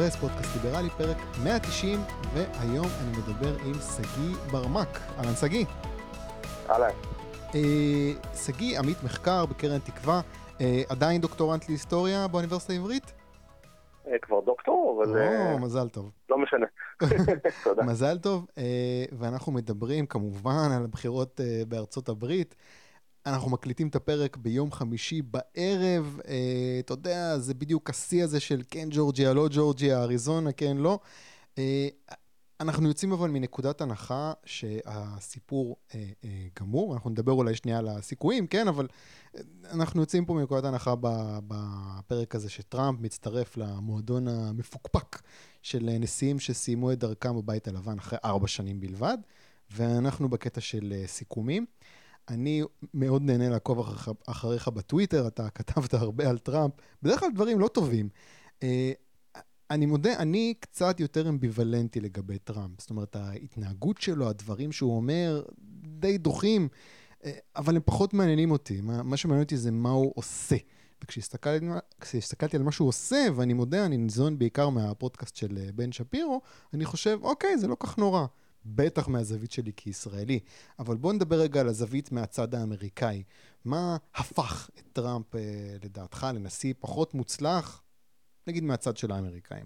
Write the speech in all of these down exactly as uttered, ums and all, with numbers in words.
אקספרס, פודקאסט ליברלי, פרק מאה תשעים, והיום אני מדבר עם סגי ברמק. אהלן סגי. אהלן. אה, סגי, עמית מחקר בקרן תקווה, אה, עדיין דוקטורנט להיסטוריה באוניברסיטה העברית? אה, כבר דוקטור, אבל... או, מזל טוב. לא משנה. תודה. מזל טוב, אה, ואנחנו מדברים כמובן על הבחירות אה, בארצות הברית. אנחנו מקליטים את הפרק ביום חמישי בערב, אה, אתה יודע, זה בדיוק השיא הזה של כן ג'ורג'יה, לא ג'ורג'יה, אריזונה, כן, לא. אה, אנחנו יוצאים אבל מנקודת הנחה שהסיפור אה, אה, גמור, אנחנו נדבר אולי שנייה על הסיכויים, כן, אבל אנחנו יוצאים פה מנקודת הנחה בפרק הזה שטראמפ מצטרף למועדון המפוקפק של נשיאים שסיימו את דרכם בבית הלבן אחרי ארבע שנים בלבד, ואנחנו בקטע של סיכומים. אני מאוד נהנה לעקוב אחריך, אחריך בטוויטר, אתה כתבת הרבה על טראמפ, בדרך כלל דברים לא טובים. אני מודה, אני קצת יותר אמביוולנטי לגבי טראמפ, זאת אומרת, ההתנהגות שלו, הדברים שהוא אומר, די דוחים, אבל הם פחות מעניינים אותי. מה, מה שמעניין אותי זה מה הוא עושה. וכשהסתכלתי על מה שהוא עושה, ואני מודה, אני ניזון בעיקר מהפודקאסט של בן שפירו, אני חושב, אוקיי, זה לא כך נורא. בטח מהזווית שלי כישראלי, אבל בואו נדבר רגע על הזווית מהצד האמריקאי. מה הפך את טראמפ לדעתך לנשיא פחות מוצלח, נגיד מהצד של האמריקאים?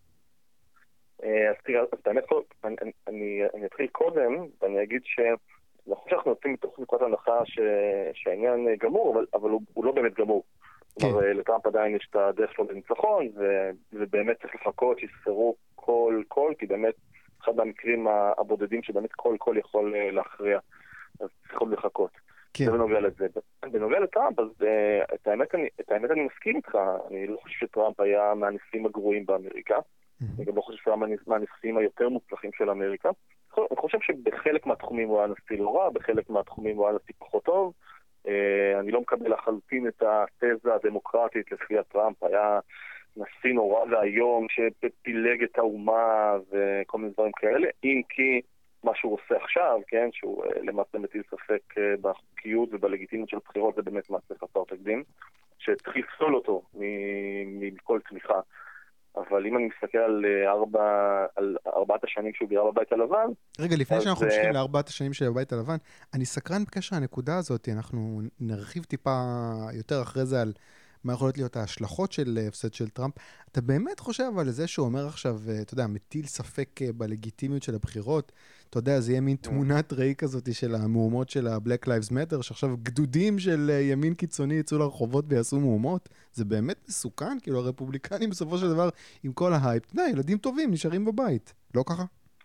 אז תראה, באמת, אני אתחיל קודם, ואני אגיד שאני חושב שאנחנו יוצאים מתוך נקודת הנחה שהעניין גמור, אבל הוא לא באמת גמור. כלומר, לטראמפ עדיין יש את הדרך שלו לניצחון, ובאמת צריך לחכות שיספרו כל קול, כי באמת אחד מהמקרים הבודדים שבאמת כל קול יכול להכריע, אז צריך עוד לחכות. כן. זה בנוגע לזה. בנוגע לטראמפ, אז את האמת, אני, את האמת אני מסכים איתך, אני לא חושב שטראמפ היה מהנשיאים הגרועים באמריקה, mm-hmm. אני גם לא חושב שהוא היה מהנשיאים היותר מוצלחים של אמריקה, אני חושב שבחלק מהתחומים הוא היה נשיא לא רע, בחלק מהתחומים הוא היה נשיא פחות טוב, אני לא מקבל לחלוטין את התזה הדמוקרטית לפי טראמפ, היה נשיא נורא והיום שפילג את האומה וכל מיני דברים כאלה, אם כי מה שהוא עושה עכשיו, כן, שהוא למעשה מטיל ספק בחוקיות ובלגיטימיות של הבחירות, זה באמת מעשה חסר תקדים, שצריך לפסול אותו מכל תמיכה. אבל אם אני מסתכל על, ארבע, על ארבעת השנים שהוא בירה בבית הלבן... רגע, לפני שאנחנו ממשיכים לארבעת השנים של הבית הלבן, אני סקרן בקשר הנקודה הזאת, אנחנו נרחיב טיפה יותר אחרי זה על מה יכולות להיות ההשלכות של הפסד של טראמפ. אתה באמת חושב על זה שהוא אומר עכשיו, אתה יודע, מטיל ספק בלגיטימיות של הבחירות? אתה יודע, זה יהיה מין תמונת ראי כזאת של המהומות של ה-Black Lives Matter, שעכשיו גדודים של ימין קיצוני יצאו לרחובות ויעשו מהומות. זה באמת מסוכן, כאילו הרפובליקנים בסופו של דבר, עם כל ההייפ, אתה יודע, ילדים טובים נשארים בבית. לא ככה?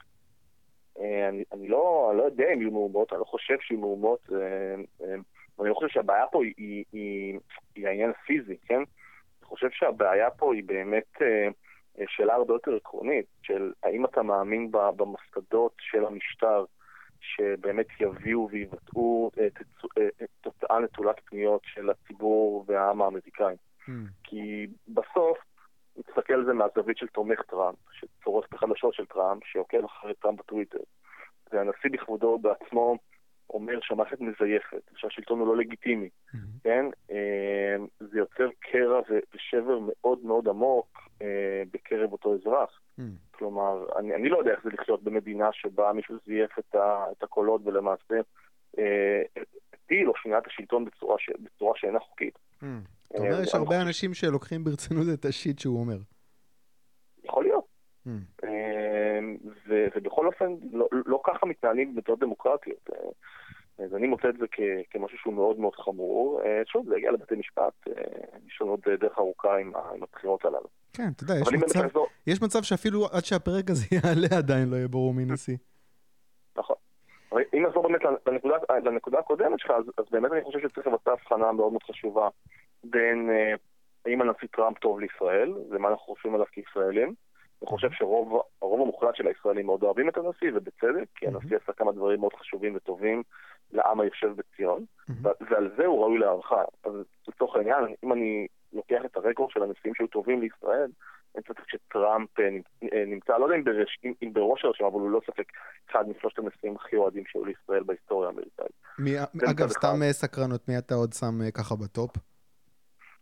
אני, אני לא, לא יודע אם יהיו מהומות, אני לא חושב שיהיו מהומות, אני חושב שהבעיה פה היא, היא, היא, היא העניין הפיזי, כן? אני חושב שהבעיה פה היא באמת שאלה הרבה יותר עקרונית, של האם אתה מאמין במוסדות של המשטר, שבאמת יביאו ויבטאו תוצאה נטולת פניות של הציבור והעם האמריקאי. Mm. כי בסוף, נתסתכל על זה מהזווית של תומך טראמפ, שצורך את החדשות של טראמפ, שעוקב אחרי טראמפ בטוויטר. והנשיא בכבודו בעצמו אומר שהמערכת מזייפת, שהשלטון הוא לא לגיטימי. Mm-hmm. כן? זה יוצר קרע ושבר מאוד מאוד עמוק בקרב אותו אזרח. Mm-hmm. כלומר, אני, אני לא יודע איך זה לחיות במדינה שבה מישהו זייף את, ה, את הקולות ולמעשה הטיל או שינה את השלטון בצורה, ש, בצורה שאינה חוקית. Mm-hmm. אתה אומר, יש הרבה אנשים שלוקחים ברצינות את השיט שהוא אומר. יכול להיות. Mm. ו- ובכל אופן, לא, לא ככה מתנהלים במדינות דמוקרטיות. אז אני מוצא את זה כ- כמשהו שהוא מאוד מאוד חמור. שוב, זה הגיע לבתי משפט, יש לנו עוד דרך ארוכה עם, עם הבחירות הללו. כן, אתה יודע, יש מצב, לחזור... יש מצב שאפילו עד שהפרק הזה יעלה עדיין לא יהיה ברור מי נשיא. נכון. אם נחזור באמת לנקודה, לנקודה הקודמת שלך, אז, אז באמת אני חושב שצריך לבצע הבחנה מאוד מאוד חשובה בין האם הנשיא טראמפ טוב לישראל, זה מה אנחנו חושבים עליו כישראלים. אני חושב שרוב הרוב המוחלט של הישראלים מאוד אוהבים את הנשיא, ובצדק, כי הנשיא עשה כמה דברים מאוד חשובים וטובים לעם היושב בציון, ועל זה הוא ראוי להערכה. אז לצורך העניין, אם אני לוקח את הרקורד של הנשיאים שהיו טובים לישראל, אין ספק שטראמפ נמצא, לא יודע אם בראש הרשימה, אבל הוא לא ספק אחד משלושת הנשיאים הכי אוהדים שהיו לישראל בהיסטוריה האמריקאית. אגב, סתם סקרנות, מי אתה עוד שם ככה בטופ?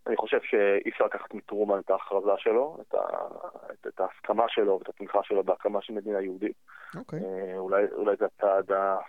אני חושב שאי אפשר לקחת מטרומן את ההכרזה שלו, את, ה, את, את ההסכמה שלו ואת התמיכה שלו בהקמה של מדינה יהודית. אוקיי. אולי, אולי זה הצעד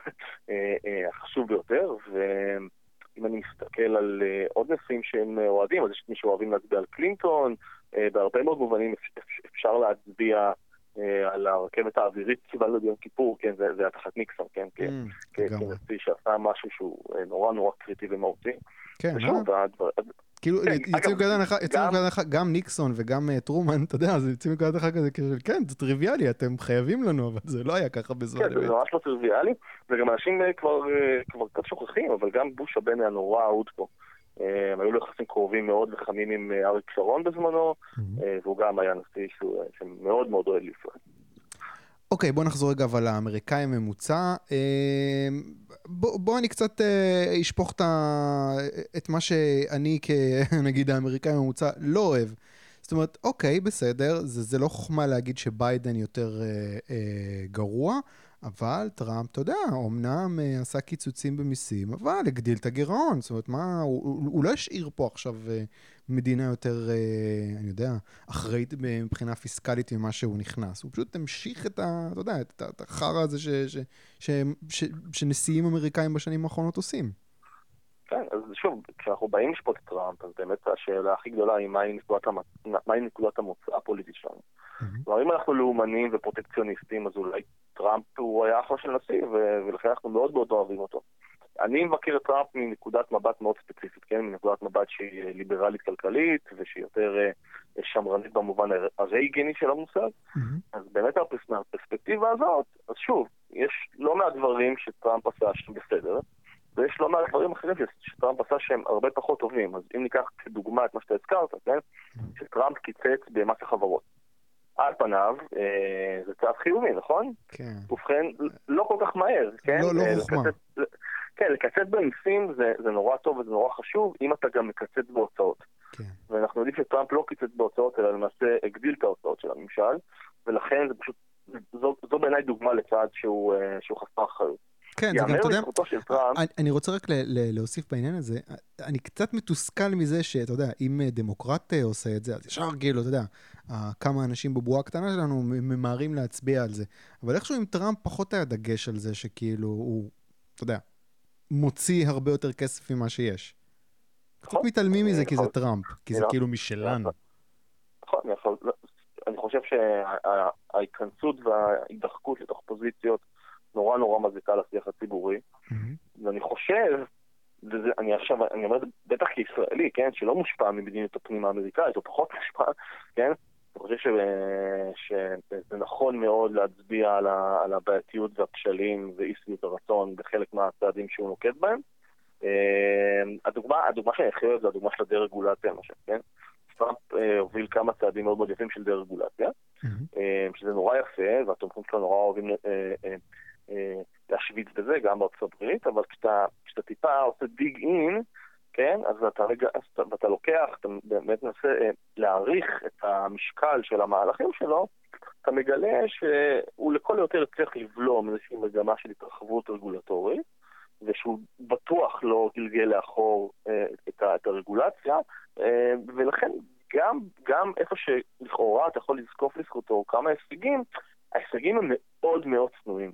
החשוב ביותר, ואם אני מסתכל על עוד נושאים שהם אוהדים, אז יש מי שאוהבים להצביע על קלינטון, בהרבה מאוד מובנים אפשר להצביע על הרכבת האווירית קיבלנו ביום כיפור, כן, זה, זה התחת ניקסון, כן, כן, כנשיא שעשה משהו שהוא נורא נורא קריטי ומהותי. כן, אה? כאילו, יוצאים מנקודת הנחה, גם ניקסון וגם טרומן, אתה יודע, זה יוצאים מנקודת הנחה כזה, כן, זה טריוויאלי, אתם חייבים לנו, אבל זה לא היה ככה בזמן. כן, זה ממש לא טריוויאלי, וגם אנשים כבר קצת שוכחים, אבל גם בוש הבן היה נורא אהוד פה. הם היו לו יחסים קרובים מאוד וחמים עם אריק שרון בזמנו, והוא גם היה נשיא שמאוד מאוד אוהד לישראל. אוקיי, בוא נחזור רגע אבל לאמריקאי הממוצע. בוא, בוא אני קצת אשפוך את מה שאני כנגיד האמריקאי הממוצע לא אוהב. זאת אומרת, אוקיי, בסדר, זה, זה לא חוכמה להגיד שביידן יותר אה, אה, גרוע, אבל טראמפ, אתה יודע, אומנם אה, עשה קיצוצים במיסים, אבל הגדיל את הגירעון. זאת אומרת, מה, הוא, הוא, הוא לא השאיר פה עכשיו אה, מדינה יותר, אה, אני יודע, אחראית מבחינה פיסקלית ממה שהוא נכנס. הוא פשוט המשיך את ה, אתה יודע, את, את החרא הזה ש, ש, ש, ש, ש, שנשיאים אמריקאים בשנים האחרונות עושים. כן, אז שוב, כשאנחנו באים לשפוט את טראמפ, אז באמת השאלה הכי גדולה היא מהי נקודת, המצ... מהי נקודת המוצא הפוליטית שלנו. כלומר, אם אנחנו לאומנים ופרוטקציוניסטים, אז אולי טראמפ הוא היה אחלה של נשיא, ו... ולכן אנחנו מאוד מאוד אוהבים אותו. אני מבקר את טראמפ מנקודת מבט מאוד ספציפית, כן? מנקודת מבט שהיא ליברלית כלכלית, ושהיא יותר שמרנית במובן הרייגני של המושג. אז באמת מהפרספקטיבה הזאת, אז שוב, יש לא מעט דברים שטראמפ עשה שהם בסדר, ויש לא מעט דברים אחרים שטראמפ עשה שהם הרבה פחות טובים. אז אם ניקח כדוגמה את מה שאתה הזכרת, כן? שטראמפ קיצץ במס החברות. על פניו, אה, זה צעד חיובי, נכון? כן. ובכן, לא כל כך מהר, כן? לא, לא חוכמה. לקצץ, כן, לקצץ במיסים זה, זה נורא טוב וזה נורא חשוב, אם אתה גם מקצץ בהוצאות. כן. ואנחנו יודעים שטראמפ לא קיצץ בהוצאות, אלא למעשה הגדיל את ההוצאות של הממשל, ולכן זה פשוט, זו, זו בעיניי דוגמה לצעד שהוא, שהוא חסר אחריות. כן, זה גם, אתה יודע, אני, אני רוצה רק ל, ל, להוסיף בעניין הזה, אני קצת מתוסכל מזה שאתה יודע, אם דמוקרט עושה את זה, אז ישר כאילו, אתה יודע, כמה אנשים בבועה הקטנה שלנו ממהרים להצביע על זה, אבל איכשהו עם טראמפ פחות היה דגש על זה שכאילו הוא, אתה יודע, מוציא הרבה יותר כסף ממה שיש. קצת מתעלמים מזה כי זה טראמפ, כי זה כאילו משלנו. נכון, אני חושב שההתכנסות וההידחקות לתוך פוזיציות נורא נורא מזיקה לשיח הציבורי, ואני חושב, אני עכשיו, אני אומר, בטח כישראלי, כן, שלא מושפע ממדיניות הפנים האמריקאית, או פחות מושפע, כן, אני חושב שזה נכון מאוד להצביע על הבעייתיות והכשלים ואי שביעות הרצון בחלק מהצעדים שהוא נוקט בהם. הדוגמה, הדוגמה שאני הכי אוהב זה הדוגמה של הדה-רגולציה, למשל, כן? טראמפ הוביל כמה צעדים מאוד מאוד יפים של דה-רגולציה, שזה נורא יפה, והתומכים שלו נורא אוהבים להשוויץ בזה, גם בארצות הברית, אבל כשאתה, כשאתה טיפה עושה דיג אין, כן, אז אתה רגע, ואתה לוקח, אתה באמת מנסה להעריך את המשקל של המהלכים שלו, אתה מגלה שהוא לכל יותר יצליח לבלום איזושהי מגמה של התרחבות רגולטורית, ושהוא בטוח לא גלגל לאחור את, את הרגולציה, ולכן גם, גם איפה שלכאורה אתה יכול לזקוף לזכותו כמה הישגים, ההישגים הם מאוד מאוד צנועים.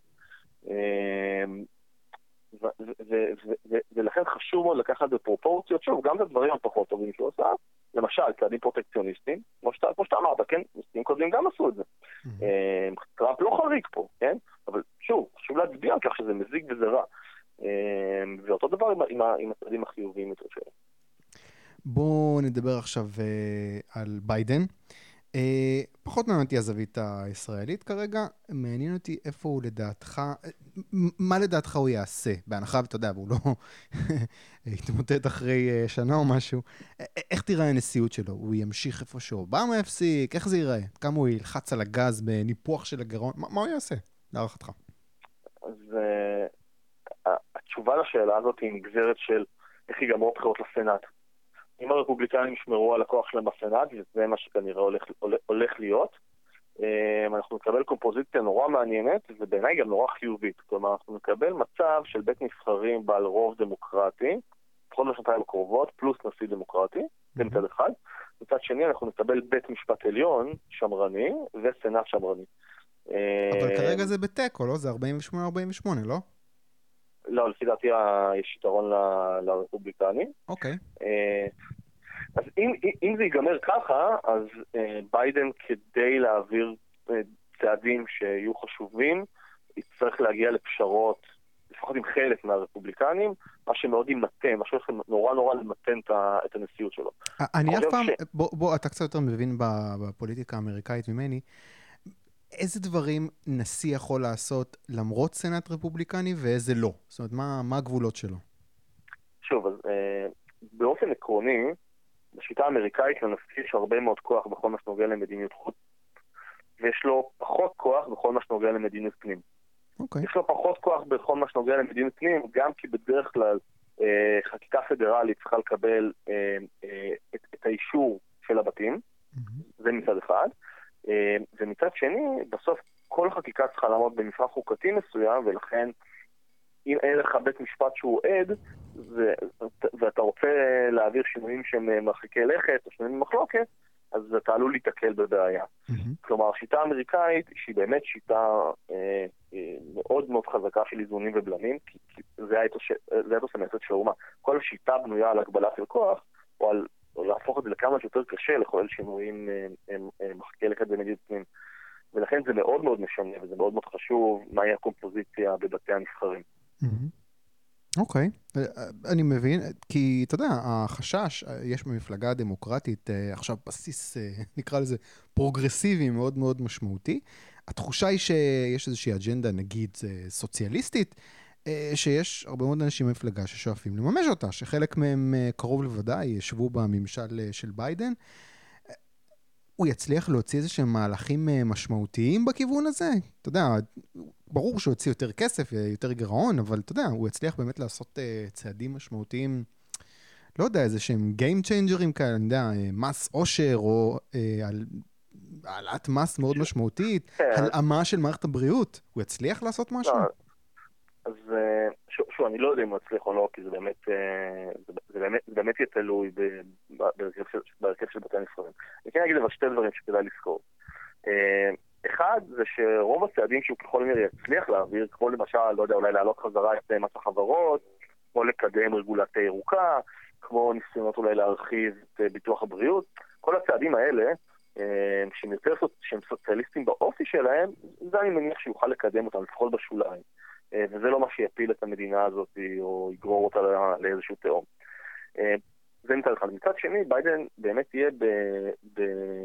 ולכן חשוב מאוד לקחת בפרופורציות, שוב, גם את הדברים הפחות טובים שהוא עושה, למשל, צעדים פרוטקציוניסטים, כמו שאתה אמרת, כן, נושאים קודמים גם עשו את זה. טראמפ לא חריג פה, כן? אבל שוב, חשוב להצביע על כך שזה מזיק וזה רע. ואותו דבר עם הצעדים החיוביים יותר שלו. בואו נדבר עכשיו על ביידן. Uh, פחות מעניין אותי הזווית הישראלית כרגע, מעניין אותי איפה הוא לדעתך, מה לדעתך הוא יעשה, בהנחה ואתה יודע, והוא לא יתמוטט אחרי שנה או משהו, איך תראה הנשיאות שלו? הוא ימשיך איפה שאובמה יפסיק, איך זה ייראה? כמה הוא ילחץ על הגז בניפוח של הגרעון, מה, מה הוא יעשה, להערכתך? אז uh, התשובה לשאלה הזאת היא נגזרת של איך ייגמרו בחירות לסנאט. אם הרפובליקנים ישמרו על הכוח שלהם בסנאט, וזה מה שכנראה הולך, הולך להיות, אנחנו נקבל קומפוזיציה נורא מעניינת, ובעיניי גם נורא חיובית. כלומר, אנחנו נקבל מצב של בית נבחרים בעל רוב דמוקרטי, לפחות בשנתיים הקרובות, פלוס נשיא דמוקרטי, זה מצד אחד. מצד שני, אנחנו נקבל בית משפט עליון שמרני וסנאט שמרני. אבל כרגע זה בתיקו, לא? זה ארבעים ושמונה ארבעים ושמונה, לא? לא, לפי דעתי יש יתרון לרפובליקנים. אוקיי. אז אם, אם זה ייגמר ככה, אז ביידן כדי להעביר צעדים שיהיו חשובים, יצטרך להגיע לפשרות, לפחות עם חלק מהרפובליקנים, מה שמאוד ימתן, מה שהולך נורא נורא למתן את הנשיאות שלו. אני אף פעם, בוא, בוא, אתה קצת יותר מבין בפוליטיקה האמריקאית ממני, איזה דברים נשיא יכול לעשות למרות סנאט רפובליקני ואיזה לא? זאת אומרת, מה, מה הגבולות שלו? שוב, אז אה, באופן עקרוני, בשיטה האמריקאית לנשיא יש הרבה מאוד כוח בכל מה שנוגע למדיניות חוץ, ויש לו פחות כוח בכל מה שנוגע למדיניות פנים. Okay. יש לו פחות כוח בכל מה שנוגע למדיניות פנים, גם כי בדרך כלל אה, חקיקה פדרלית צריכה לקבל אה, אה, את, את האישור של הבתים, mm-hmm. זה מצד אחד. אה, ומצד שני, בסוף כל חקיקה צריכה לעמוד במפרט חוקתי מסוים, ולכן אם אין לך בית משפט שהוא עד, ו, ואתה רוצה להעביר שינויים שהם מרחיקי לכת או שינויים במחלוקת, אז אתה עלול להתקל בבעיה. Mm-hmm. כלומר, השיטה האמריקאית, שהיא באמת שיטה אה, אה, מאוד מאוד חזקה של איזונים ובלמים, כי, כי זה האתוס המייסד של האומה. כל השיטה בנויה על הגבלה של כוח, או, על, או להפוך את זה לכמה שיותר קשה לחולל שינויים אה, אה, אה, מרחיקי לכת במדיניות פנים. ולכן זה מאוד מאוד משנה, וזה מאוד מאוד חשוב מהי הקומפוזיציה בבתי הנבחרים. אוקיי, אני מבין, כי אתה יודע, החשש, יש במפלגה הדמוקרטית עכשיו בסיס, נקרא לזה, פרוגרסיבי מאוד מאוד משמעותי. התחושה היא שיש איזושהי אג'נדה, נגיד, סוציאליסטית, שיש הרבה מאוד אנשים במפלגה ששואפים לממש אותה, שחלק מהם קרוב לוודאי ישבו בממשל של ביידן. הוא יצליח להוציא איזה שהם מהלכים משמעותיים בכיוון הזה? אתה יודע, ברור שהוא יוציא יותר כסף, יותר גירעון, אבל אתה יודע, הוא יצליח באמת לעשות uh, צעדים משמעותיים, לא יודע, איזה שהם game changer'ים כאלה, אני יודע, מס עושר, או uh, על, העלאת מס מאוד משמעותית, הלאמה של מערכת הבריאות. הוא יצליח לעשות משהו? אז שוב, שוב, אני לא יודע אם הוא יצליח או לא, כי זה באמת, זה, זה באמת, זה באמת יתלוי בהרכב של בתי הנבחרים. אני כן אגיד אבל שתי דברים שכדאי לזכור. אחד, זה שרוב הצעדים שהוא ככל הנראה יצליח להעביר, כמו למשל, לא יודע, אולי להעלות חזרה את מס החברות, כמו לקדם רגולציה ירוקה, כמו ניסיונות אולי להרחיב את ביטוח הבריאות, כל הצעדים האלה, שהם יותר שהם סוציאליסטים באופי שלהם, זה אני מניח שיוכל לקדם אותם, לפחות בשוליים. וזה לא מה שיפיל את המדינה הזאת, או יגרור אותה לאיזשהו תאום. זה מצד אחד. מצד שני, ביידן באמת יהיה ב... ב...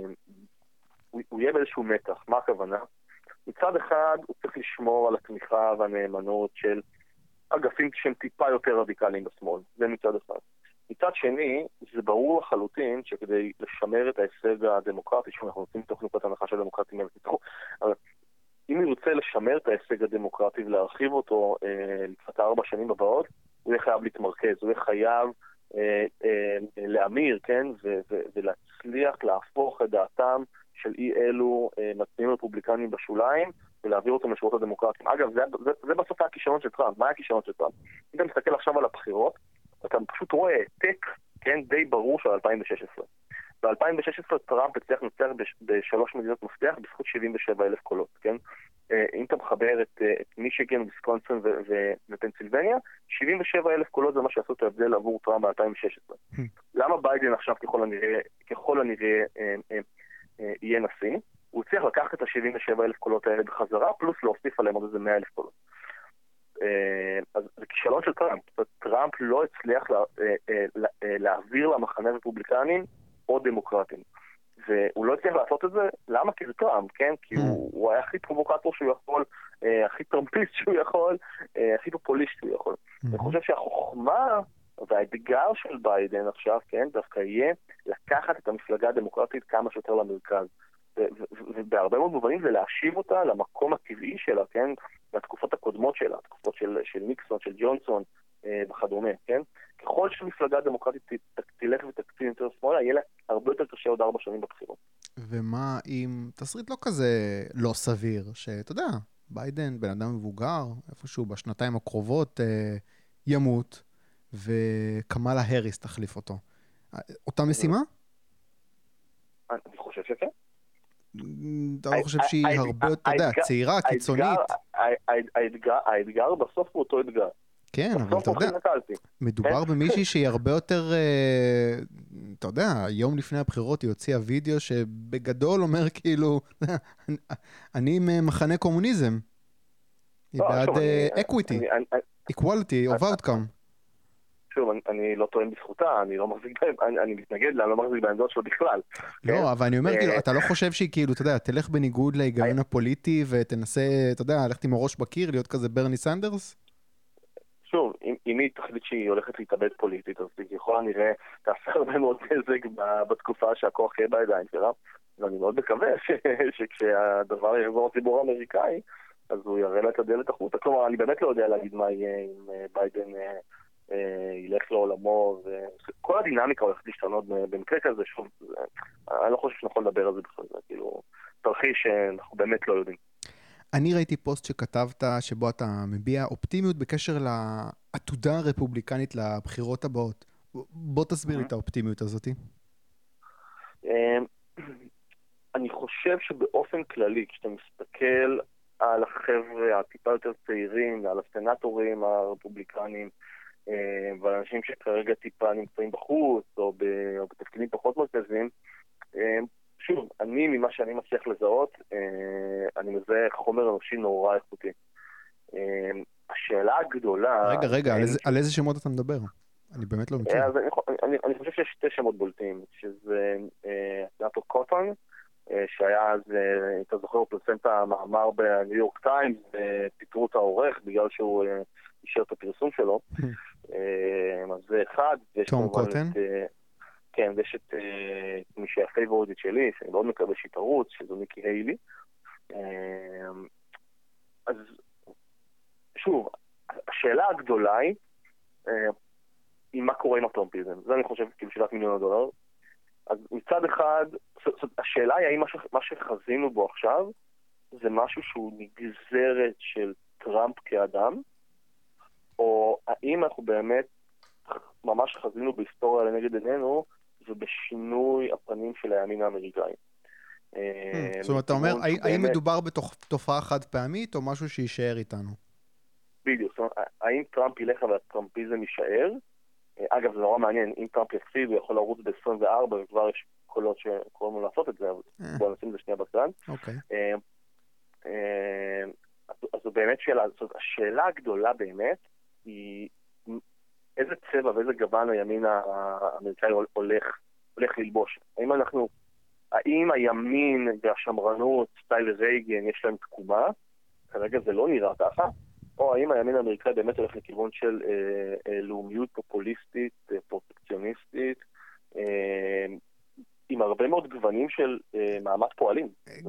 הוא יהיה באיזשהו מתח. מה הכוונה? מצד אחד, הוא צריך לשמור על התמיכה והנאמנות של אגפים שהם טיפה יותר רדיקליים בשמאל. זה מצד אחד. מצד שני, זה ברור לחלוטין שכדי לשמר את ההישג הדמוקרטי, שאנחנו רוצים מתוך נקודת הנחה של הדמוקרטים, אבל אם הוא רוצה לשמר את ההישג הדמוקרטי ולהרחיב אותו אה, לפחות ארבע שנים הבאות, הוא יהיה חייב להתמרכז, הוא יהיה חייב אה, אה, להמיר, כן, ו- ו- ולהצליח להפוך את דעתם של אי אלו אה, מצביעים רפובליקנים בשוליים, ולהעביר אותם לשורות הדמוקרטיים. אגב, זה, זה, זה בסוף הכישלון של טראמפ. מה הכישלון של טראמפ? אם אתה מסתכל עכשיו על הבחירות, אתה פשוט רואה העתק, כן, די ברור של אלפיים ושש עשרה. ב-אלפיים ושש עשרה טראמפ הצליח לנצח בשלוש מדינות מפתח בזכות שבעים ושבעה אלף קולות, כן? אם אתה מחבר את, את מישיגן, ויסקונסין ו- ו- ופנסילבניה, שבעים ושבעה אלף קולות זה מה שעשו את ההבדל עבור טראמפ ב-אלפיים ושש עשרה. למה ביידן עכשיו ככל הנראה, ככל הנראה אה, אה, אה, יהיה נשיא? הוא הצליח לקחת את ה-שבעים ושבעה אלף קולות האלה בחזרה, פלוס להוסיף עליהם עוד איזה מאה אלף קולות. אז זה כישלון של טראמפ. טראמפ לא הצליח לה, לה, להעביר למחנה רפובליקנים או דמוקרטים. והוא לא הצליח לעשות את זה, למה? כי זה טראמפ, כן? כי הוא, הוא היה הכי פרובוקטור שהוא יכול, הכי טראמפיסט שהוא יכול, הכי פופוליסט שהוא יכול. אני חושב שהחוכמה והאתגר של ביידן עכשיו, כן, דווקא יהיה לקחת את המפלגה הדמוקרטית כמה שיותר למרכז. ובהרבה מאוד מובנים זה להשיב אותה למקום הטבעי שלה, כן? לתקופות הקודמות שלה, התקופות של, של ניקסון, של ג'ונסון אה, וכדומה, כן? ככל שמפלגה דמוקרטית תלך ותקצין יותר שמאלה, יהיה לה הרבה יותר קשה עוד ארבע שנים בבחירות. ומה אם תסריט לא כזה לא סביר, שאתה יודע, ביידן, בן אדם מבוגר, איפשהו בשנתיים הקרובות אה, ימות, וקמאלה הריס תחליף אותו. אותה משימה? אני חושב שכן. אתה לא חושב שהיא הרבה, אתה יודע, צעירה, קיצונית? האתגר בסוף הוא אותו אתגר. כן, אבל אתה יודע, מדובר במישהי שהיא הרבה יותר, אתה יודע, יום לפני הבחירות היא הוציאה וידאו שבגדול אומר כאילו, אני ממחנה קומוניזם. היא בעד equity, equality of outcome. שוב, אני לא טוען בזכותה, אני לא מחזיק בהם, אני מתנגד לה, אני לא מחזיק בעמדות שלו בכלל. לא, אבל אני אומר, כאילו, אתה לא חושב שהיא כאילו, אתה יודע, תלך בניגוד להיגיון הפוליטי ותנסה, אתה יודע, ללכת עם הראש בקיר, להיות כזה ברני סנדרס? שוב, אם היא תחליט שהיא הולכת להתאבד פוליטית, אז ככל הנראה תעשה הרבה מאוד נזק בתקופה שהכוח יהיה בידיים שלה, ואני מאוד מקווה שכשהדבר יעבור לציבור האמריקאי, אז הוא יראה לה את הדלת החוצה. כלומר, אני באמת לא יודע להגיד מה יהיה אם ביידן ילך לעולמו, וכל הדינמיקה הולכת להשתנות במקרה כזה. שוב, אני לא חושב שנכון לדבר על זה בכלל, זה כאילו תרחיש שאנחנו באמת לא יודעים. אני ראיתי פוסט שכתבת שבו אתה מביע אופטימיות בקשר לעתודה הרפובליקנית לבחירות הבאות. בוא תסביר לי את האופטימיות הזאת. אני חושב שבאופן כללי, כשאתה מסתכל על החבר'ה הטיפה יותר צעירים, על הסנטורים הרפובליקנים, ועל אנשים שכרגע טיפה נמצאים בחוץ, או בתפקידים פחות מרכזיים, שוב, אני, ממה שאני מצליח לזהות, אני מזהה חומר אנושי נורא איכותי. השאלה הגדולה... רגע, רגע, על איזה שמות אתה מדבר? אני באמת לא מכיר. אני חושב שיש שתי שמות בולטים, שזה סנטור קוטון, שהיה אז, אתה זוכר, הוא פרסם את המאמר בניו יורק טיימס, ופיטרו את העורך בגלל שהוא אישר את הפרסום שלו. אז זה אחד. תום קוטן? כן, ויש את מי שהפייבורדית שלי, שאני מאוד מקווה שהיא תרוץ, שזו ניקי היילי. אז שוב, השאלה הגדולה היא, היא מה קורה עם הטראמפיזם. זה אני חושב כאילו שאלת מיליון הדולר. אז מצד אחד, השאלה היא האם מה שחזינו בו עכשיו, זה משהו שהוא נגזרת של טראמפ כאדם, או האם אנחנו באמת ממש חזינו בהיסטוריה לנגד עינינו, ובשינוי הפנים של הימין האמריקאי. זאת אומרת, אתה אומר, האם מדובר בתופעה חד פעמית, או משהו שישאר איתנו? בדיוק, זאת אומרת, האם טראמפ ילך והטראמפיזם יישאר? אגב, זה נורא מעניין, אם טראמפ יפסיד, הוא יכול לרוץ ב-עשרים וארבע, וכבר יש קולות שקוראים לו לעשות את זה, אבל בואו נשים את זה שנייה בצד. אוקיי. אז זו באמת שאלה, השאלה הגדולה באמת, היא איזה צבע ואיזה גוון הימין האמריקאי הולך, הולך ללבוש. האם אנחנו, האם הימין והשמרנות, סטייל רייגן, יש להם תקומה? כרגע זה לא נראה ככה. או האם הימין האמריקאי באמת הולך לכיוון של אה, אה, לאומיות פופוליסטית, אה, פרוטקציוניסטית, אה, עם הרבה מאוד גוונים של אה, מעמד פועלים.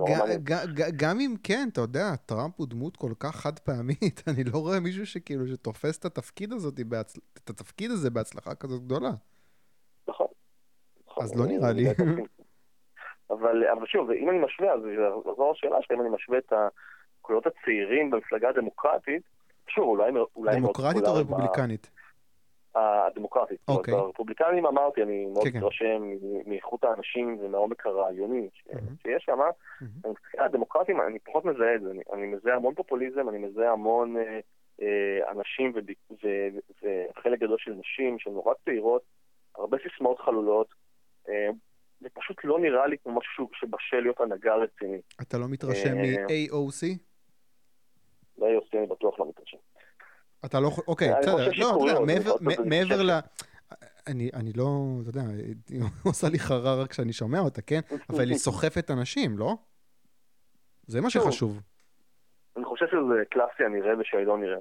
גם אם כן, אתה יודע, טראמפ הוא דמות כל כך חד פעמית, אני לא רואה מישהו שכאילו שתופס את התפקיד הזאת, את התפקיד הזה בהצלחה כזאת גדולה. נכון. אז לא נראה לי. אבל שוב, אם אני משווה, אז זו השאלה שאם אני משווה את הקולות הצעירים במפלגה הדמוקרטית, שוב, אולי... דמוקרטית או רפובליקנית? הדמוקרטית. הרפובליקנים אמרתי, אני מאוד מתרשם מאיכות האנשים ומהעומק הרעיוני שיש שם. אני מסתכל על הדמוקרטים, אני פחות מזהה את זה. אני מזהה המון פופוליזם, אני מזהה המון אנשים וחלק גדול של נשים שהן נורא צעירות, הרבה סיסמאות חלולות. זה פשוט לא נראה לי כמו משהו שבשל להיות הנהגה רציני. אתה לא מתרשם מ-איי או סי? ל-איי או סי אני בטוח לא מתרשם. אתה לא, אוקיי, בסדר, לא, אתה יודע, מעבר ל... אני לא, אתה יודע, היא עושה לי חררה רק כשאני שומע אותה, כן? אבל היא סוחפת אנשים, לא? זה מה שחשוב. אני חושב שזה קלאסי הנראה ושהיא נראה.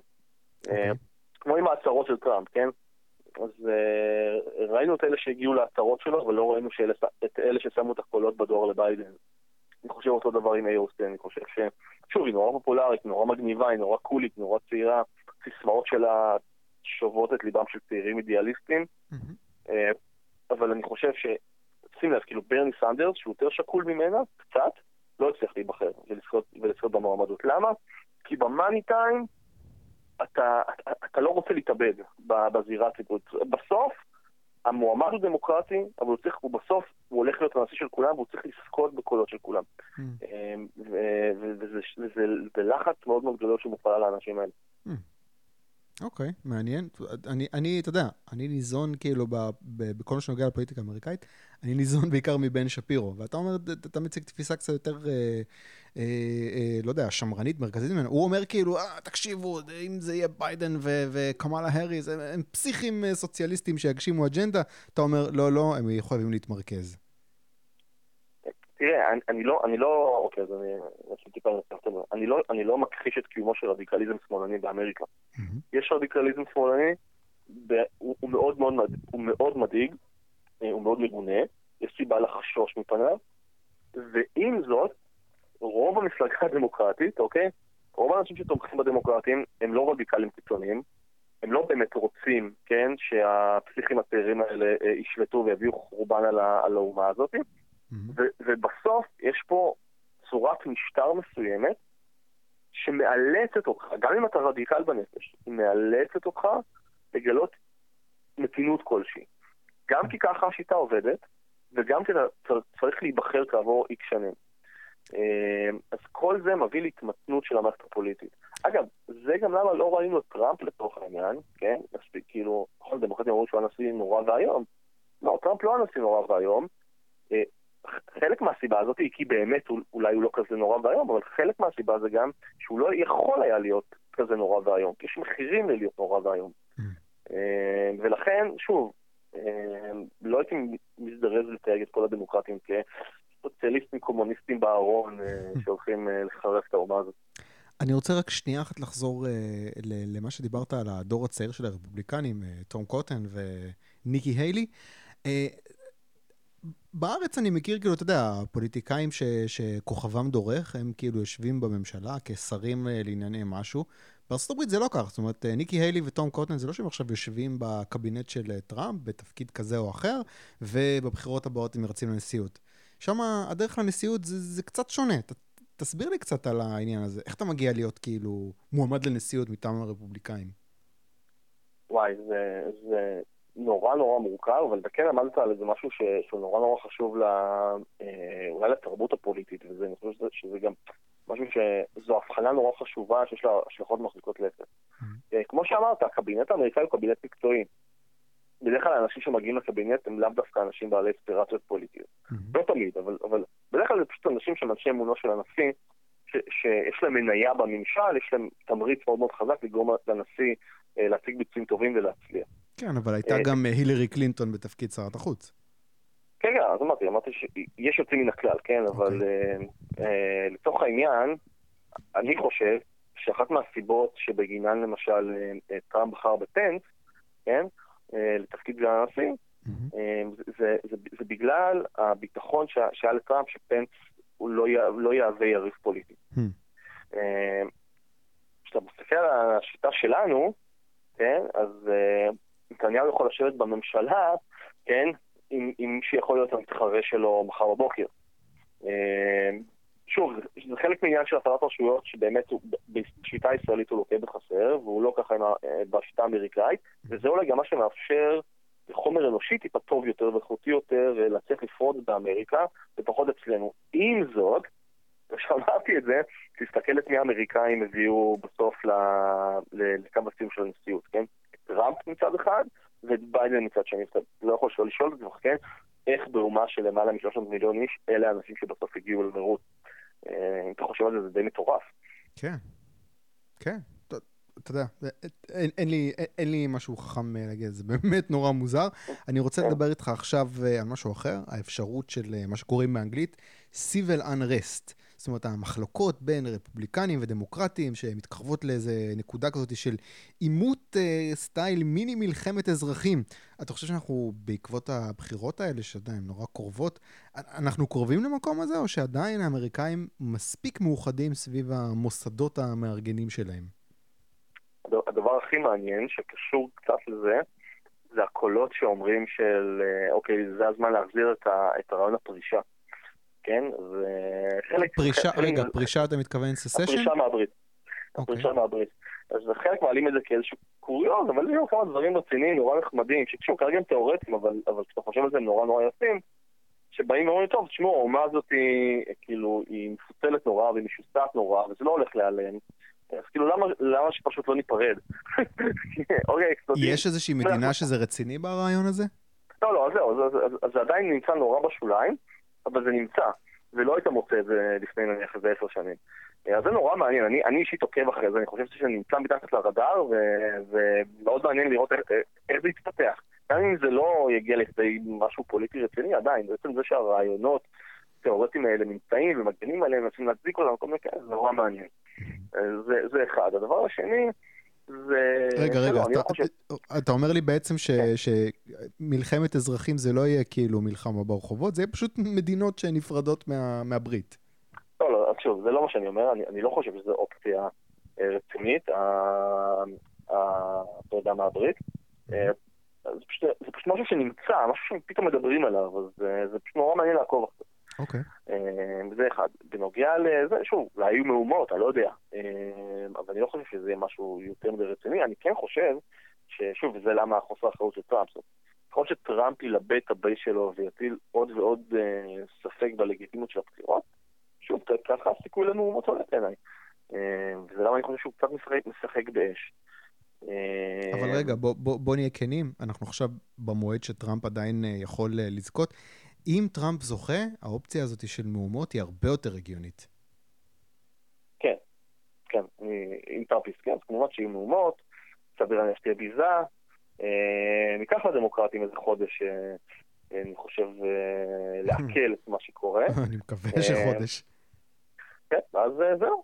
כמו עם ההצהרות של טראמפ, כן? אז ראינו את אלה שהגיעו להצהרות שלו, אבל לא ראינו את אלה ששמו את הקולות בדואר לביידן. אני חושב אותו דבר עם איי או סי, אני חושב ש... שוב, היא נורא פופולרית, נורא מגניבה, היא נורא קולית, נורא צעירה, סיסמאות שלה שוות את ליבם של צעירים אידיאליסטים, אבל אני חושב ש... שים לב, כאילו ברני סנדרס, שהוא יותר שקול ממנה, קצת, לא הצליח להיבחר ולזכות במועמדות. למה? כי במאני טיים אתה, אתה, אתה לא רוצה להתאבד בזירה הציבורית. בסוף, המועמד הוא דמוקרטי, אבל הוא צריך, הוא בסוף, הוא הולך להיות הנשיא של כולם, והוא צריך לזכות בקולות של כולם. וזה לחץ מאוד מאוד גדול שמופעל על האנשים האלה. אוקיי, מעניין. אני, אני, אתה יודע, אני ניזון כאילו בכל מה שנוגע לפוליטיקה האמריקאית, אני ניזון בעיקר מבן שפירו, ואתה אומר, אתה מציג תפיסה קצת יותר, אה, אה, אה, לא יודע, שמרנית, מרכזית ממנו. הוא אומר כאילו, אה, תקשיבו, אם זה יהיה ביידן וקמאלה האריס, הם, הם פסיכים סוציאליסטים שיגשימו אג'נדה, אתה אומר, לא, לא, הם יכולים להתמרכז. תראה, אני, אני לא, אני לא, אוקיי, אז אני, אני לא, אני לא מכחיש את קיומו של רדיקליזם שמאלני באמריקה. Mm-hmm. יש רדיקליזם שמאלני, הוא, הוא מאוד מאוד, הוא מאוד מדאיג, הוא מאוד מגונה, יש סיבה לחשוש מפניו, ועם זאת, רוב המפלגה הדמוקרטית, אוקיי? רוב האנשים שתומכים בדמוקרטים הם לא רדיקלים קיצוניים, הם לא באמת רוצים, כן, שהפסיכים הצעירים האלה ישלטו ויביאו חורבן על, על האומה הזאת, ו- ובסוף יש פה צורת משטר מסוימת שמאלצת אותך, גם אם אתה רדיקל בנפש, היא מאלצת אותך לגלות מתינות כלשהי. גם כי ככה השיטה עובדת, וגם כי אתה צריך להיבחר כעבור איקס שנים. אז כל זה מביא להתמתנות של המערכת הפוליטית. אגב, זה גם למה לא ראינו את טראמפ לתוך העניין, כן? מספיק, כאילו, כל דמוקרטים אמרו שהוא הנשיא נורא והיום. לא, טראמפ לא הנשיא נורא והיום. חלק מהסיבה הזאת היא כי באמת אולי הוא לא כזה נורא והיום, אבל חלק מהסיבה זה גם שהוא לא יכול היה להיות כזה נורא והיום, כי יש מחירים ללהיות נורא והיום. ולכן, שוב, לא הייתי מזדרז לתייג את כל הדמוקרטים כסוציאליסטים קומוניסטים בארון שהולכים לחרף את האומה הזאת. אני רוצה רק שנייה אחת לחזור למה שדיברת על הדור הצעיר של הרפובליקנים, תום קוטן וניקי היילי. בארץ אני מכיר, כאילו, אתה יודע, פוליטיקאים ש, שכוכבם דורך, הם כאילו יושבים בממשלה כשרים לענייני משהו. בארצות הברית זה לא כך, זאת אומרת, ניקי היילי וטום קוטן, זה לא שהם עכשיו יושבים בקבינט של טראמפ, בתפקיד כזה או אחר, ובבחירות הבאות הם ירצים לנשיאות. שם הדרך לנשיאות זה, זה קצת שונה. ת, תסביר לי קצת על העניין הזה. איך אתה מגיע להיות כאילו מועמד לנשיאות מטעם הרפובליקאים? וואי, זה... זה... נורא נורא מורכב, אבל אתה כן עמדת על איזה משהו ש... שהוא נורא נורא חשוב לה... אולי לתרבות הפוליטית, וזה, אני חושב שזה, שזה גם משהו שזו הבחנה נורא חשובה שיש לה השלכות מרחיקות לכת. Mm-hmm. כמו שאמרת, הקבינט האמריקאי הוא קבינט מקצועי. בדרך כלל האנשים שמגיעים לקבינט הם לאו דווקא אנשים בעלי אספירציות פוליטיות. Mm-hmm. לא תמיד, אבל, אבל בדרך כלל זה פשוט אנשים שמאנשי אמונו של הנשיא, ש... שיש להם מניה בממשל, יש להם תמריץ מאוד מאוד חזק לגרום לנשיא להציג ביצועים טובים ולהצליח. כן, אבל הייתה גם הילרי קלינטון בתפקיד שרת החוץ. כן, כן, אז אמרתי, אמרתי שיש יוצאים מן הכלל, כן, אבל לתוך העניין, אני חושב שאחת מהסיבות שבגינן למשל טראמפ בחר בפנס, כן, לתפקיד סגן הנשיא, זה בגלל הביטחון שהיה לטראמפ שפנס הוא לא יהווה יריב פוליטי. כשאתה מסתכל על השיטה שלנו, כן, אז נתניהו יכול לשבת בממשלה, כן, עם, עם שיכול להיות המתחרה שלו מחר בבוקר. שוב, זה, זה חלק מעניין של הפרדת רשויות, שבאמת הוא, בשיטה הישראלית הוא לוקה בחסר, והוא לא ככה בשיטה האמריקאית, וזה אולי גם מה שמאפשר לחומר אנושי טיפה טוב יותר ואיכותי יותר, להצליח לפרוד באמריקה, ופחות אצלנו. עם זאת, ושמעתי את זה, תסתכל את מי האמריקאים הביאו בסוף לקו הסיום של הנשיאות, כן? טראמפ מצד אחד, ואת ביידן מצד שני. אתה לא יכול שלא לשאול את זה, כן? איך באומה של למעלה מ-שלוש מאות מיליון איש, אלה האנשים שבסוף הגיעו למרוץ. אם אתה חושב על זה, זה די מטורף. כן, כן. אתה יודע, אין, אין לי, אין לי משהו חכם להגיד, זה באמת נורא מוזר. אני רוצה לדבר איתך עכשיו על משהו אחר, האפשרות של מה שקוראים באנגלית, civil unrest. זאת אומרת, המחלוקות בין רפובליקנים ודמוקרטים שמתקרבות לאיזה נקודה כזאת של עימות אה, סטייל מיני מלחמת אזרחים. אתה חושב שאנחנו בעקבות הבחירות האלה, שעדיין נורא קרובות, אנחנו קרובים למקום הזה, או שעדיין האמריקאים מספיק מאוחדים סביב המוסדות המארגנים שלהם? הדבר הכי מעניין שקשור קצת לזה, זה הקולות שאומרים של, אוקיי, זה הזמן להחזיר את, ה, את הרעיון הפרישה. כן? וחלק... פרישה, רגע, פרישה אתה מתכוון ססשן? הפרישה מהברית. הפרישה מהברית. אז חלק מעלים את זה כאיזשהו קוריוז, אבל יש כמה דברים רציניים, נורא נחמדים, שכשהם כרגע הם תיאורטיים, אבל, אבל כשאתה חושב על זה הם נורא נורא יפים, שבאים ואומרים, טוב, תשמעו, האומה הזאת היא, כאילו, היא מפוצלת נורא והיא משוסעת נורא, וזה לא הולך להיעלם. אז כאילו, למה, למה שפשוט לא ניפרד? יש איזושהי מדינה שזה רציני ברעיון הזה? לא, לא, אז זהו, אז זה עדיין נמצא נורא בשוליים, אבל זה נמצא, ולא היית מוצא את זה לפני נניח איזה עשר שנים. אז זה נורא מעניין, אני, אני אישית עוקב אחרי זה, אני חושב שזה נמצא מתחת לרדאר, ומאוד מעניין לראות איך, איך זה יתפתח. גם אם זה לא יגיע לכדי משהו פוליטי רציני, עדיין, בעצם זה שהרעיונות התיאורטיים האלה נמצאים ומגנים עליהם, מנסים להצדיק אותם, כל מיני כאלה, זה נורא מעניין. זה, זה אחד. הדבר השני, זה... רגע, רגע, שלא, אתה, לא חושב... אתה אומר לי בעצם ש, כן. שמלחמת אזרחים זה לא יהיה כאילו מלחמה ברחובות, זה יהיה פשוט מדינות שנפרדות מה, מהברית. לא, לא, אז שוב, זה לא מה שאני אומר, אני, אני לא חושב שזו אופציה רצינית, אתה יודע מה הברית. זה פשוט, זה פשוט משהו שנמצא, משהו שפתאום מדברים עליו, אז זה, זה פשוט נורא מעניין לעקוב אחרי. אוקיי. זה אחד. בנוגע לזה, שוב, אולי היו מהומות, אני לא יודע. אבל אני לא חושב שזה יהיה משהו יותר מדי רציני. אני כן חושב ששוב, זה למה החוסר האחריות של טראמפ. יכול שטראמפ ילבט את הבייס שלו ויטיל עוד ועוד ספק בלגיטימיות של הבחירות. שוב, ככה הסיכוי למהומות עולה בעיניי. וזה למה אני חושב שהוא קצת משחק באש. אבל רגע, בוא, בוא, בוא נהיה כנים. אנחנו עכשיו במועד שטראמפ עדיין יכול לזכות. אם טראמפ זוכה, האופציה הזאת של מהומות היא הרבה יותר הגיונית. כן, כן. אם טראמפ יזכה, אז כמובן שיהיו מהומות, סביר להניח שתהיה ביזה. ניקח לדמוקרטים איזה חודש, אני חושב, להקל את מה שקורה. אני מקווה שחודש. כן, אז זהו.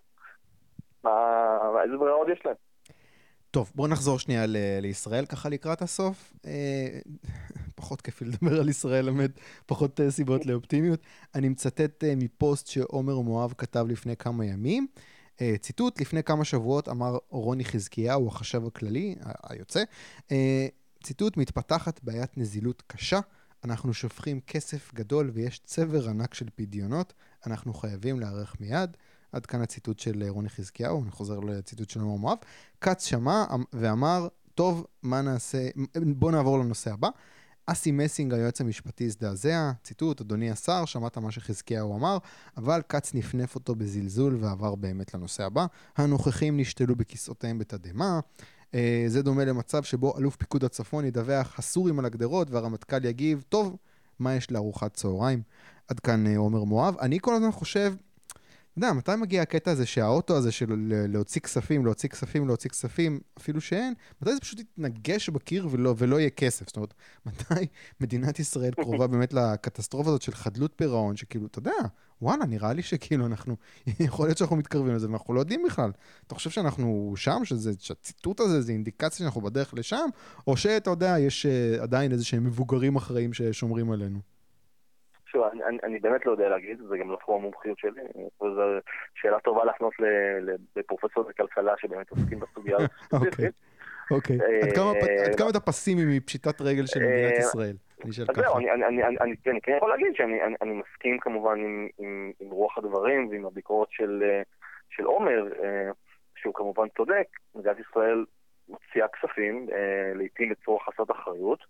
איזה ברירה עוד יש להם? טוב, בואו נחזור שנייה ל- לישראל ככה לקראת הסוף. אה, פחות כיף לדבר על ישראל, באמת, פחות אה, סיבות לאופטימיות. אני מצטט אה, מפוסט שעומר מואב כתב לפני כמה ימים. אה, ציטוט, לפני כמה שבועות אמר רוני חזקיהו, החשב הכללי, ה- היוצא, אה, ציטוט, מתפתחת בעיית נזילות קשה, אנחנו שופכים כסף גדול ויש צבר ענק של פדיונות, אנחנו חייבים להיערך מיד. עד כאן הציטוט של רוני חזקיהו, אני חוזר לציטוט של עומר מואב. קץ שמע ואמר, טוב, מה נעשה, בוא נעבור לנושא הבא. אסי מסינג, היועץ המשפטי, הזדעזע, ציטוט, אדוני השר, שמעת מה שחזקיהו אמר, אבל קץ נפנף אותו בזלזול ועבר באמת לנושא הבא. הנוכחים נשתלו בכיסאותיהם בתדהמה. זה דומה למצב שבו אלוף פיקוד הצפון ידווח הסורים על הגדרות והרמטכ"ל יגיב, טוב, מה יש לארוחת צהריים? עד כאן עומר מואב. אני כל הזמן חושב, אתה יודע, מתי מגיע הקטע הזה שהאוטו הזה של להוציא כספים, להוציא כספים, להוציא כספים, אפילו שאין, מתי זה פשוט יתנגש בקיר ולא, ולא יהיה כסף? זאת אומרת, מתי מדינת ישראל קרובה באמת לקטסטרופה הזאת של חדלות פירעון, שכאילו, אתה יודע, וואלה, נראה לי שכאילו אנחנו, יכול להיות שאנחנו מתקרבים לזה, ואנחנו לא יודעים בכלל. אתה חושב שאנחנו שם, שזה, שהציטוט הזה זה אינדיקציה שאנחנו בדרך לשם, או שאתה יודע, יש עדיין איזה שהם מבוגרים אחראים ששומרים עלינו? שוב, אני, אני, אני באמת לא יודע להגיד, זה גם לא תחום המומחיות שלי, זו שאלה טובה להפנות לפרופסור לכלכלה שבאמת עוסקים בסוגיה. אוקיי, אוקיי. עד כמה אתה פסימי מפשיטת רגל של מדינת ישראל? אני אשאל ככה. זהו, אני כן יכול להגיד שאני מסכים כמובן עם רוח הדברים ועם הביקורת של עומר, שהוא כמובן צודק, מדינת ישראל מוציאה כספים, לעתים בצורך חסרת אחריות,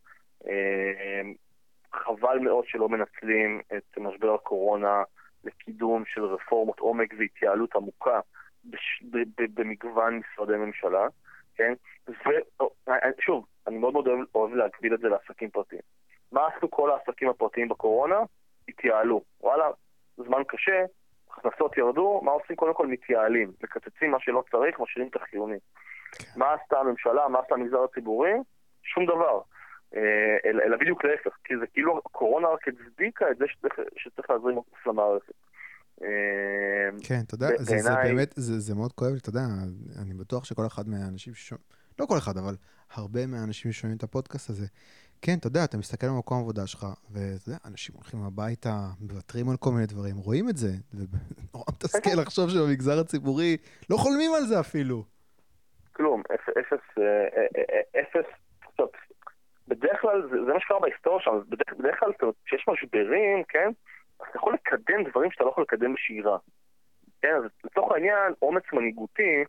חבל מאוד שלא מנצלים את משבר הקורונה לקידום של רפורמות עומק והתייעלות עמוקה בש... ב... ב... במגוון משרדי ממשלה, כן? ושוב, אני מאוד מאוד אוהב, אוהב להגביל את זה לעסקים פרטיים. מה עשו כל העסקים הפרטיים בקורונה? התייעלו. וואלה, זמן קשה, הכנסות ירדו, מה עושים? קודם כל מתייעלים, מקצצים מה שלא צריך, משאירים את החיוני. מה עשתה הממשלה? מה עשתה המגזר הציבורי? שום דבר. אלא, אלא בדיוק להפך, כי זה כאילו הקורונה רק הצדיקה את זה שצריך, שצריך להזרים אותך למערכת. כן, אתה יודע, זה, זה באמת, זה, זה מאוד כואב, אתה יודע, אני בטוח שכל אחד מהאנשים ששומעים, לא כל אחד, אבל הרבה מהאנשים ששומעים את הפודקאסט הזה, כן, אתה יודע, אתה מסתכל במקום העבודה שלך, ואתה יודע, אנשים הולכים הביתה, מוותרים על כל מיני דברים, רואים את זה, ונורא מתסכל לחשוב שבמגזר הציבורי לא חולמים על זה אפילו. כלום, אפס, אפס, בדרך כלל, זה, זה מה שקרה בהיסטוריה שם, בדרך, בדרך כלל, כשיש משברים, כן, אז אתה יכול לקדם דברים שאתה לא יכול לקדם בשגרה. כן, אז לצורך העניין, אומץ מנהיגותי,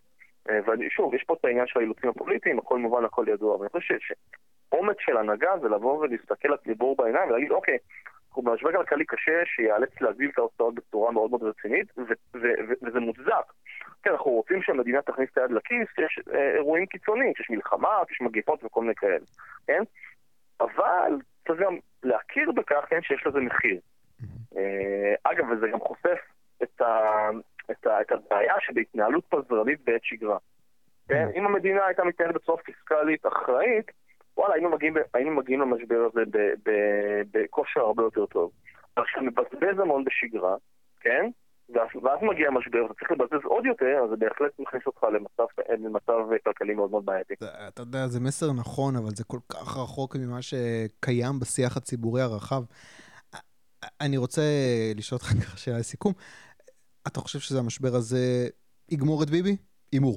ושוב, יש פה את העניין של האילוצים הפוליטיים, הכל מובן, הכל ידוע, אבל אני חושב שעומק של הנהגה זה לבוא ולהסתכל לציבור בעיניים ולהגיד, אוקיי, אנחנו במשבר כלכלי קשה שיאלץ להגדיל את ההוצאות בצורה מאוד מאוד רצינית, וזה מוצדק. כן, אנחנו רוצים שהמדינה תכניס את היד לכיס, יש אירועים קיצוניים, יש מלחמה, יש מגיפות וכל מיני כאלה, כן? אבל צריך גם להכיר בכך, כן, שיש לזה מחיר. אגב, וזה גם חושף את ה... את, ה, את הבעיה שבהתנהלות פזרנית בעת שגרה. כן? אם המדינה הייתה מתנהלת בצורה פיסקלית אחראית, וואלה, היינו מגיעים, היינו מגיעים למשבר הזה בכושר הרבה יותר טוב. אבל כשמבזבז המון בשגרה, כן? ואז, ואז מגיע המשבר, אתה צריך לבזבז עוד יותר, אז זה בהחלט מכניס אותך למצב, למצב כלכלי מאוד מאוד בעייתי. אתה יודע, זה מסר נכון, אבל זה כל כך רחוק ממה שקיים בשיח הציבורי הרחב. אני רוצה לשאול אותך ככה שאלה לסיכום. אתה חושב שזה המשבר הזה יגמור את ביבי? אימור.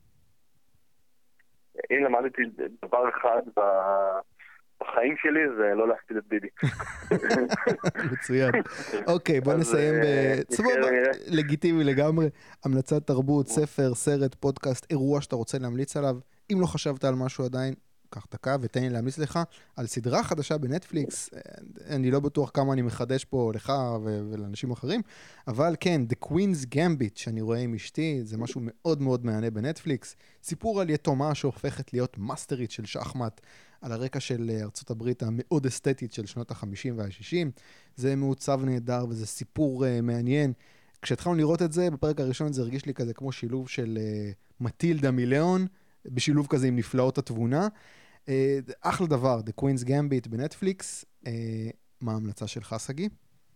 אם למדתי דבר אחד בחיים שלי, זה לא להפסיד את ביבי. מצוין. אוקיי, בוא נסיים בסבבה, לגיטימי לגמרי. המלצת תרבות, ספר, סרט, פודקאסט, אירוע שאתה רוצה להמליץ עליו. אם לא חשבת על משהו עדיין, קח דקה ותן לי להמליץ לך על סדרה חדשה בנטפליקס. אני לא בטוח כמה אני מחדש פה לך ולאנשים אחרים, אבל כן, The Queen's Gambit שאני רואה עם אשתי, זה משהו מאוד מאוד מענה בנטפליקס. סיפור על יתומה שהופכת להיות מאסטרית של שחמט על הרקע של ארצות הברית המאוד אסתטית של שנות ה-חמישים וה-שישים. זה מעוצב נהדר וזה סיפור uh, מעניין. כשהתחלנו לראות את זה, בפרק הראשון זה הרגיש לי כזה כמו שילוב של uh, מטילדה מיליון, בשילוב כזה עם נפלאות התבונה. Uh, אחלה דבר, The Queen's Gambit בנטפליקס. Uh, מה ההמלצה שלך, סגי?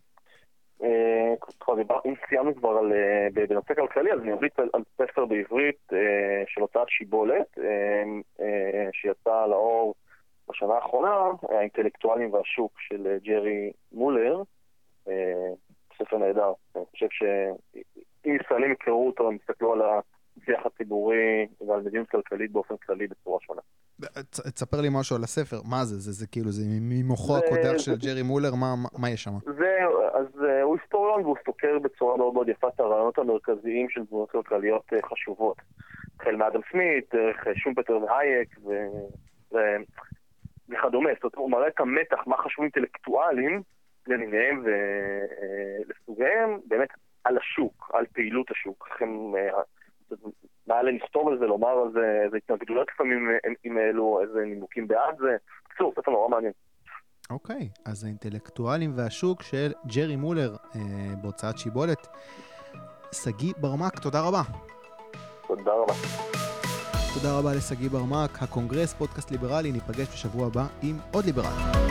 אם סיימנו כבר בנושא כלכלי, אז אני אבליץ על ספר בעברית של הוצאת שיבולת, שיצא לאור בשנה האחרונה, האינטלקטואלים והשוק של ג'רי מולר. ספר נהדר. אני חושב שאם ישראלים יקראו אותו, הם יסתכלו על השיח הציבורי ועל מדיניות כלכלית באופן כללי בצורה שונה. תספר לי משהו על הספר, מה זה? זה, זה כאילו, זה ממוחו הקודח של ג'רי מולר, מה, מה יש שם? זה, אז הוא היסטוריון והוא סוקר בצורה מאוד מאוד יפה את הרעיונות המרכזיים של תבונות כלכליות חשובות. החל מאדם סמית, דרך שומפטר והייק ו... ו... וכדומה. זאת אומרת, הוא מראה את המתח, מה חשוב אינטלקטואלים למיניהם ולסוגיהם, באמת על השוק, על פעילות השוק. הם... מה עלי לכתוב על זה, לומר על זה, איזה התנגדויות לפעמים עם אלו, איזה נימוקים בעד זה. קצור, ספר נורא מעניין. אוקיי, אז האינטלקטואלים והשוק של ג'רי מולר אה, בהוצאת שיבולת. סגי ברמק, תודה רבה. תודה רבה. תודה רבה לסגי ברמק, הקונגרס, פודקאסט ליברלי, ניפגש בשבוע הבא עם עוד ליברלי.